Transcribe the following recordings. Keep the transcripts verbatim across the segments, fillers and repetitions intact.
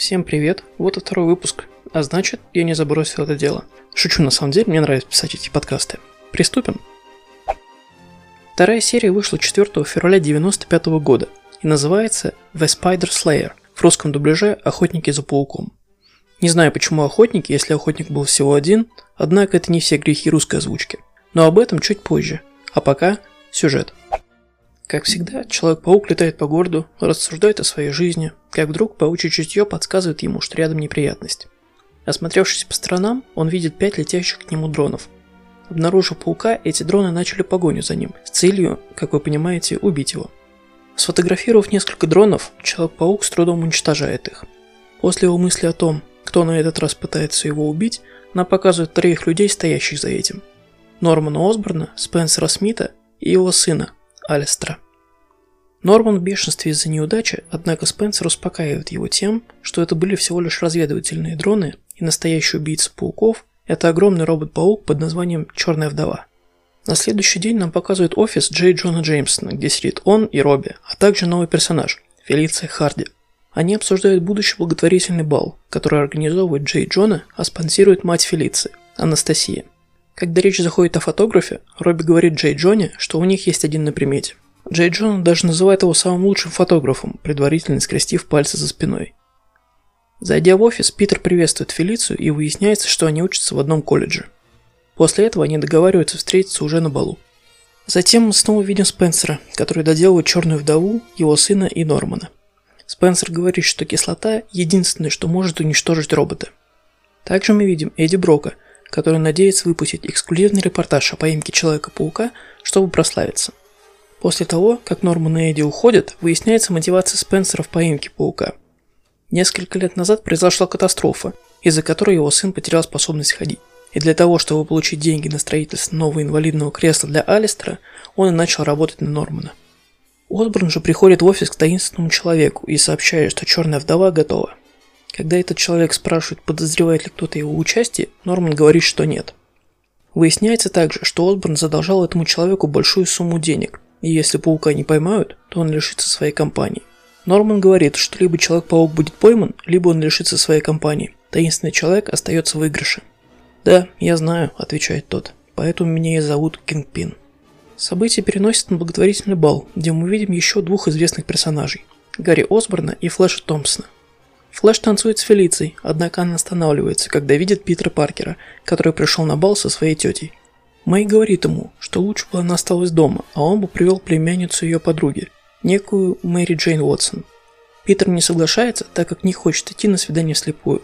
Всем привет, вот и второй выпуск, а значит, я не забросил это дело. Шучу, на самом деле, мне нравится писать эти подкасты. Приступим. Вторая серия вышла четвёртого февраля девяносто пятого года и называется The Spider Slayer, в русском дубляже «Охотники за пауком». Не знаю, почему охотники, если охотник был всего один, однако это не все грехи русской озвучки. Но об этом чуть позже, а пока сюжет. Как всегда, Человек-паук летает по городу, рассуждает о своей жизни, как вдруг паучье чутье подсказывает ему, что рядом неприятность. Осмотревшись по сторонам, он видит пять летящих к нему дронов. Обнаружив паука, эти дроны начали погоню за ним, с целью, как вы понимаете, убить его. Сфотографировав несколько дронов, Человек-паук с трудом уничтожает их. После его мысли о том, кто на этот раз пытается его убить, нам показывают троих людей, стоящих за этим. Нормана Осборна, Спенсера Смита и его сына, Алистера. Норман в бешенстве из-за неудачи, однако Спенсер успокаивает его тем, что это были всего лишь разведывательные дроны, и настоящий убийца пауков – это огромный робот-паук под названием «Черная вдова». На следующий день нам показывают офис Джей Джона Джеймсона, где сидит он и Робби, а также новый персонаж – Фелиция Харди. Они обсуждают будущий благотворительный бал, который организовывает Джей Джона, а спонсирует мать Фелиции – Анастасия. Когда речь заходит о фотографе, Робби говорит Джей Джоне, что у них есть один на примете. Джей Джон даже называет его самым лучшим фотографом, предварительно скрестив пальцы за спиной. Зайдя в офис, Питер приветствует Фелицию и выясняется, что они учатся в одном колледже. После этого они договариваются встретиться уже на балу. Затем мы снова видим Спенсера, который доделывает Черную вдову, его сына и Нормана. Спенсер говорит, что кислота – единственное, что может уничтожить робота. Также мы видим Эдди Брока, который надеется выпустить эксклюзивный репортаж о поимке Человека-паука, чтобы прославиться. После того, как Норман и Эдди уходят, выясняется мотивация Спенсера в поимке паука. Несколько лет назад произошла катастрофа, из-за которой его сын потерял способность ходить. И для того, чтобы получить деньги на строительство нового инвалидного кресла для Алистера, он и начал работать на Нормана. Осборн же приходит в офис к таинственному человеку и сообщает, что Черная вдова готова. Когда этот человек спрашивает, подозревает ли кто-то его участие, Норман говорит, что нет. Выясняется также, что Осборн задолжал этому человеку большую сумму денег, и если паука не поймают, то он лишится своей компании. Норман говорит, что либо Человек-паук будет пойман, либо он лишится своей компании. Таинственный человек остается в выигрыше. «Да, я знаю», — отвечает тот, — «поэтому меня и зовут Кингпин». События переносят на благотворительный бал, где мы видим еще двух известных персонажей – Гарри Осборна и Флэша Томпсона. Флэш танцует с Фелицией, однако она останавливается, когда видит Питера Паркера, который пришел на бал со своей тетей. Мэй говорит ему, что лучше бы она осталась дома, а он бы привел племянницу ее подруги, некую Мэри Джейн Уотсон. Питер не соглашается, так как не хочет идти на свидание вслепую.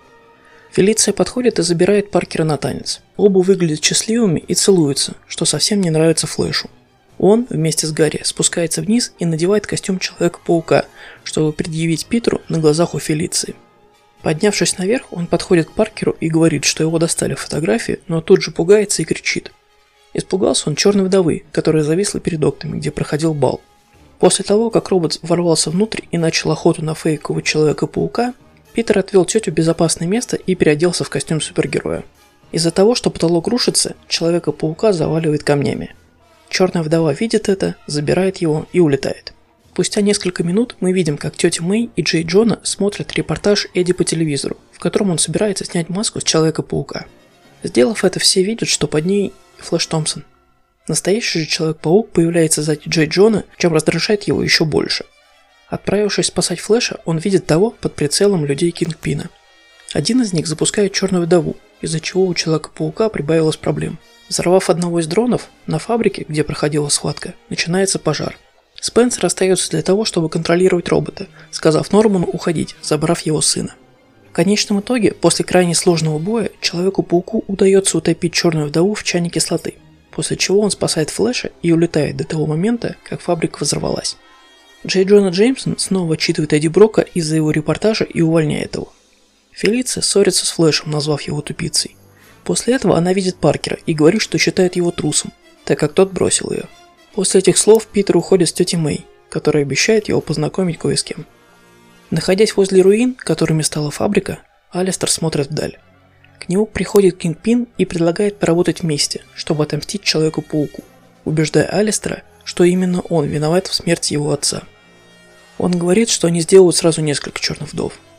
Фелиция подходит и забирает Паркера на танец. Оба выглядят счастливыми и целуются, что совсем не нравится Флэшу. Он вместе с Гарри спускается вниз и надевает костюм Человека-паука, чтобы предъявить Питеру на глазах у Фелиции. Поднявшись наверх, он подходит к Паркеру и говорит, что его достали фотографии, но тут же пугается и кричит. Испугался он Черной вдовы, которая зависла перед окнами, где проходил бал. После того, как робот ворвался внутрь и начал охоту на фейкового Человека-паука, Питер отвел тетю в безопасное место и переоделся в костюм супергероя. Из-за того, что потолок рушится, Человека-паука заваливает камнями. Черная вдова видит это, забирает его и улетает. Спустя несколько минут мы видим, как тетя Мэй и Джей Джона смотрят репортаж Эдди по телевизору, в котором он собирается снять маску с Человека-паука. Сделав это, все видят, что под ней Флэш Томпсон. Настоящий же Человек-паук появляется сзади Джей Джона, чем раздражает его еще больше. Отправившись спасать Флэша, он видит того под прицелом людей Кингпина. Один из них запускает Черную вдову, из-за чего у Человека-паука прибавилось проблем. Взорвав одного из дронов, на фабрике, где проходила схватка, начинается пожар. Спенсер остается для того, чтобы контролировать робота, сказав Норману уходить, забрав его сына. В конечном итоге, после крайне сложного боя, Человеку-пауку удается утопить Черную вдову в чане кислоты, после чего он спасает Флэша и улетает до того момента, как фабрика взорвалась. Джей Джона Джеймсон снова отчитывает Эдди Брока из-за его репортажа и увольняет его. Фелиция ссорится с Флэшем, назвав его тупицей. После этого она видит Паркера и говорит, что считает его трусом, так как тот бросил ее. После этих слов Питер уходит с тетей Мэй, которая обещает его познакомить кое с кем. Находясь возле руин, которыми стала фабрика, Алистер смотрит вдаль. К нему приходит Кингпин и предлагает поработать вместе, чтобы отомстить Человеку-пауку, убеждая Алистера, что именно он виноват в смерти его отца. Он говорит, что они сделают сразу несколько черных вдов.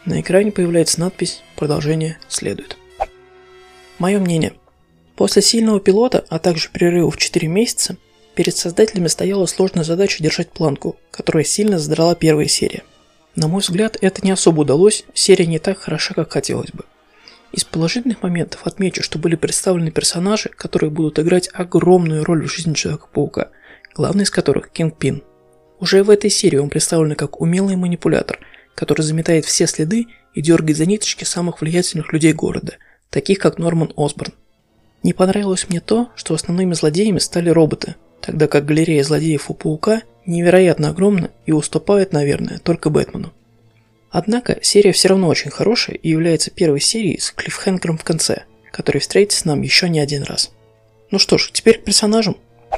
На экране появляется надпись «Продолжение следует». Мое мнение. После сильного пилота, а также перерыва в четыре месяца, перед создателями стояла сложная задача держать планку, которая сильно задрала первая серия. На мой взгляд, это не особо удалось, серия не так хороша, как хотелось бы. Из положительных моментов отмечу, что были представлены персонажи, которые будут играть огромную роль в жизни Человека-паука, главный из которых – Кингпин. Уже в этой серии он представлен как умелый манипулятор, который заметает все следы и дергает за ниточки самых влиятельных людей города, таких как Норман Осборн. Не понравилось мне то, что основными злодеями стали роботы, тогда как галерея злодеев у Паука невероятно огромна и уступает, наверное, только Бэтмену. Однако серия все равно очень хорошая и является первой серией с клиффхенгером в конце, который встретится нам еще не один раз. Ну что ж, теперь к персонажам.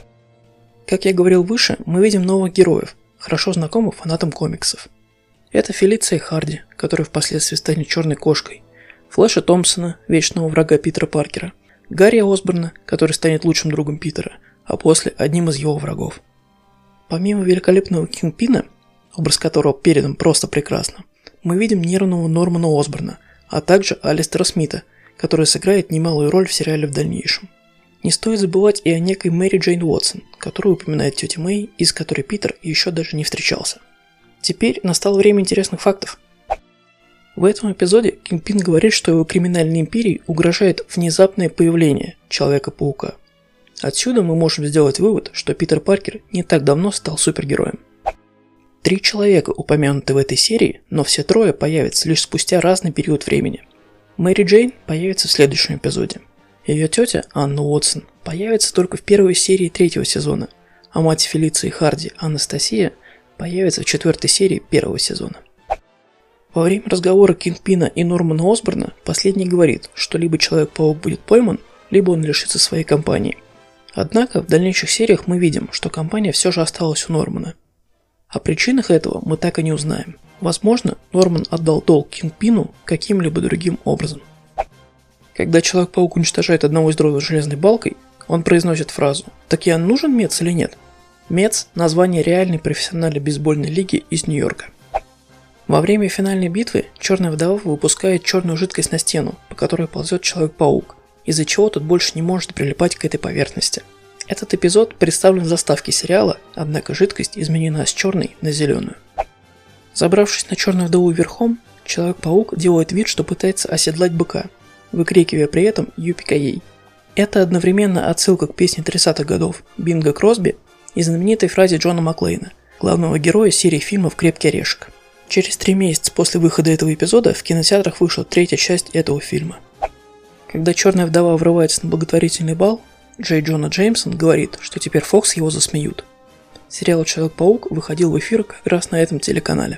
Как я говорил выше, мы видим новых героев, хорошо знакомых фанатам комиксов. Это Фелиция Харди, которая впоследствии станет Черной Кошкой, Флэша Томпсона, вечного врага Питера Паркера, Гарри Осборна, который станет лучшим другом Питера, а после одним из его врагов. Помимо великолепного Кингпина, образ которого передан просто прекрасно, мы видим нервного Нормана Осборна, а также Алистера Смита, который сыграет немалую роль в сериале в дальнейшем. Не стоит забывать и о некой Мэри Джейн Уотсон, которую упоминает тетя Мэй, и с которой Питер еще даже не встречался. Теперь настало время интересных фактов. В этом эпизоде Кингпин говорит, что его криминальной империи угрожает внезапное появление Человека-паука. Отсюда мы можем сделать вывод, что Питер Паркер не так давно стал супергероем. Три человека упомянуты в этой серии, но все трое появятся лишь спустя разный период времени. Мэри Джейн появится в следующем эпизоде. Ее тетя, Анна Уотсон, появится только в первой серии третьего сезона, а мать Фелиции Харди, Анастасия, появится в четвертой серии первого сезона. Во время разговора Кингпина и Нормана Осборна последний говорит, что либо Человек-паук будет пойман, либо он лишится своей компании. Однако в дальнейших сериях мы видим, что компания все же осталась у Нормана. О причинах этого мы так и не узнаем. Возможно, Норман отдал долг Кингпину каким-либо другим образом. Когда Человек-паук уничтожает одного из дроидов железной балкой, он произносит фразу «Так я нужен Мец или нет?». Мец – название реальной профессиональной бейсбольной лиги из Нью-Йорка. Во время финальной битвы Черная Вдова выпускает черную жидкость на стену, по которой ползет Человек-паук, из-за чего тот больше не может прилипать к этой поверхности. Этот эпизод представлен в заставке сериала, однако жидкость изменена с черной на зеленую. Забравшись на Черную Вдову верхом, Человек-паук делает вид, что пытается оседлать быка, выкрикивая при этом «Юпи-ка-ей». Это одновременно отсылка к песне тридцатых годов Бинга Кросби и знаменитой фразе Джона Маклейна, главного героя серии фильмов «Крепкий орешек». Через три месяца после выхода этого эпизода в кинотеатрах вышла третья часть этого фильма. Когда Черная Вдова врывается на благотворительный бал, Джей Джона Джеймсон говорит, что теперь Фокс его засмеют. Сериал «Человек-паук» выходил в эфир как раз на этом телеканале.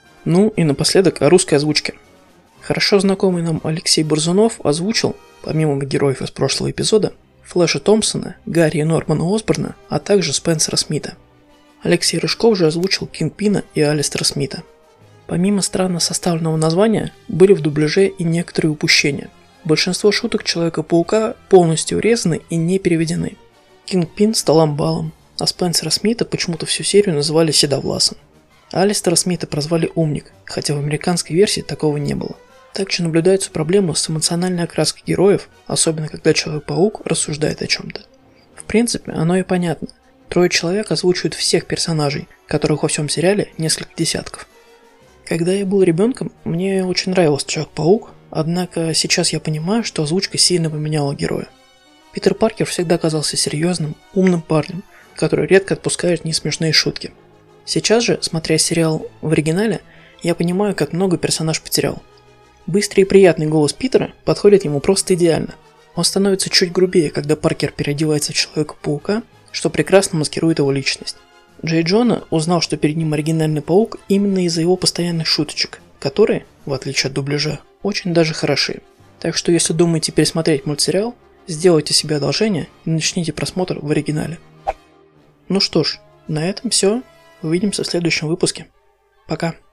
Ну и напоследок о русской озвучке. Хорошо знакомый нам Алексей Борзунов озвучил, помимо героев из прошлого эпизода, Флэша Томпсона, Гарри и Нормана Осборна, а также Спенсера Смита. Алексей Рыжков же озвучил Кингпина и Алистера Смита. Помимо странно составленного названия, были в дубляже и некоторые упущения. Большинство шуток Человека-паука полностью урезаны и не переведены. Кингпин стал амбалом, а Спенсера Смита почему-то всю серию называли Седовласом. Алистера Смита прозвали Умник, хотя в американской версии такого не было. Также наблюдаются проблемы с эмоциональной окраской героев, особенно когда Человек-паук рассуждает о чем-то. В принципе, оно и понятно. Трое человек озвучивают всех персонажей, которых во всем сериале несколько десятков. Когда я был ребенком, мне очень нравился Человек-паук, однако сейчас я понимаю, что озвучка сильно поменяла героя. Питер Паркер всегда казался серьезным, умным парнем, который редко отпускает несмешные шутки. Сейчас же, смотря сериал в оригинале, я понимаю, как много персонаж потерял. Быстрый и приятный голос Питера подходит ему просто идеально. Он становится чуть грубее, когда Паркер переодевается в Человека-паука, что прекрасно маскирует его личность. Джей Джона узнал, что перед ним оригинальный паук именно из-за его постоянных шуточек, которые, в отличие от дубляжа, очень даже хороши. Так что если думаете пересмотреть мультсериал, сделайте себе одолжение и начните просмотр в оригинале. Ну что ж, на этом все. Увидимся в следующем выпуске. Пока.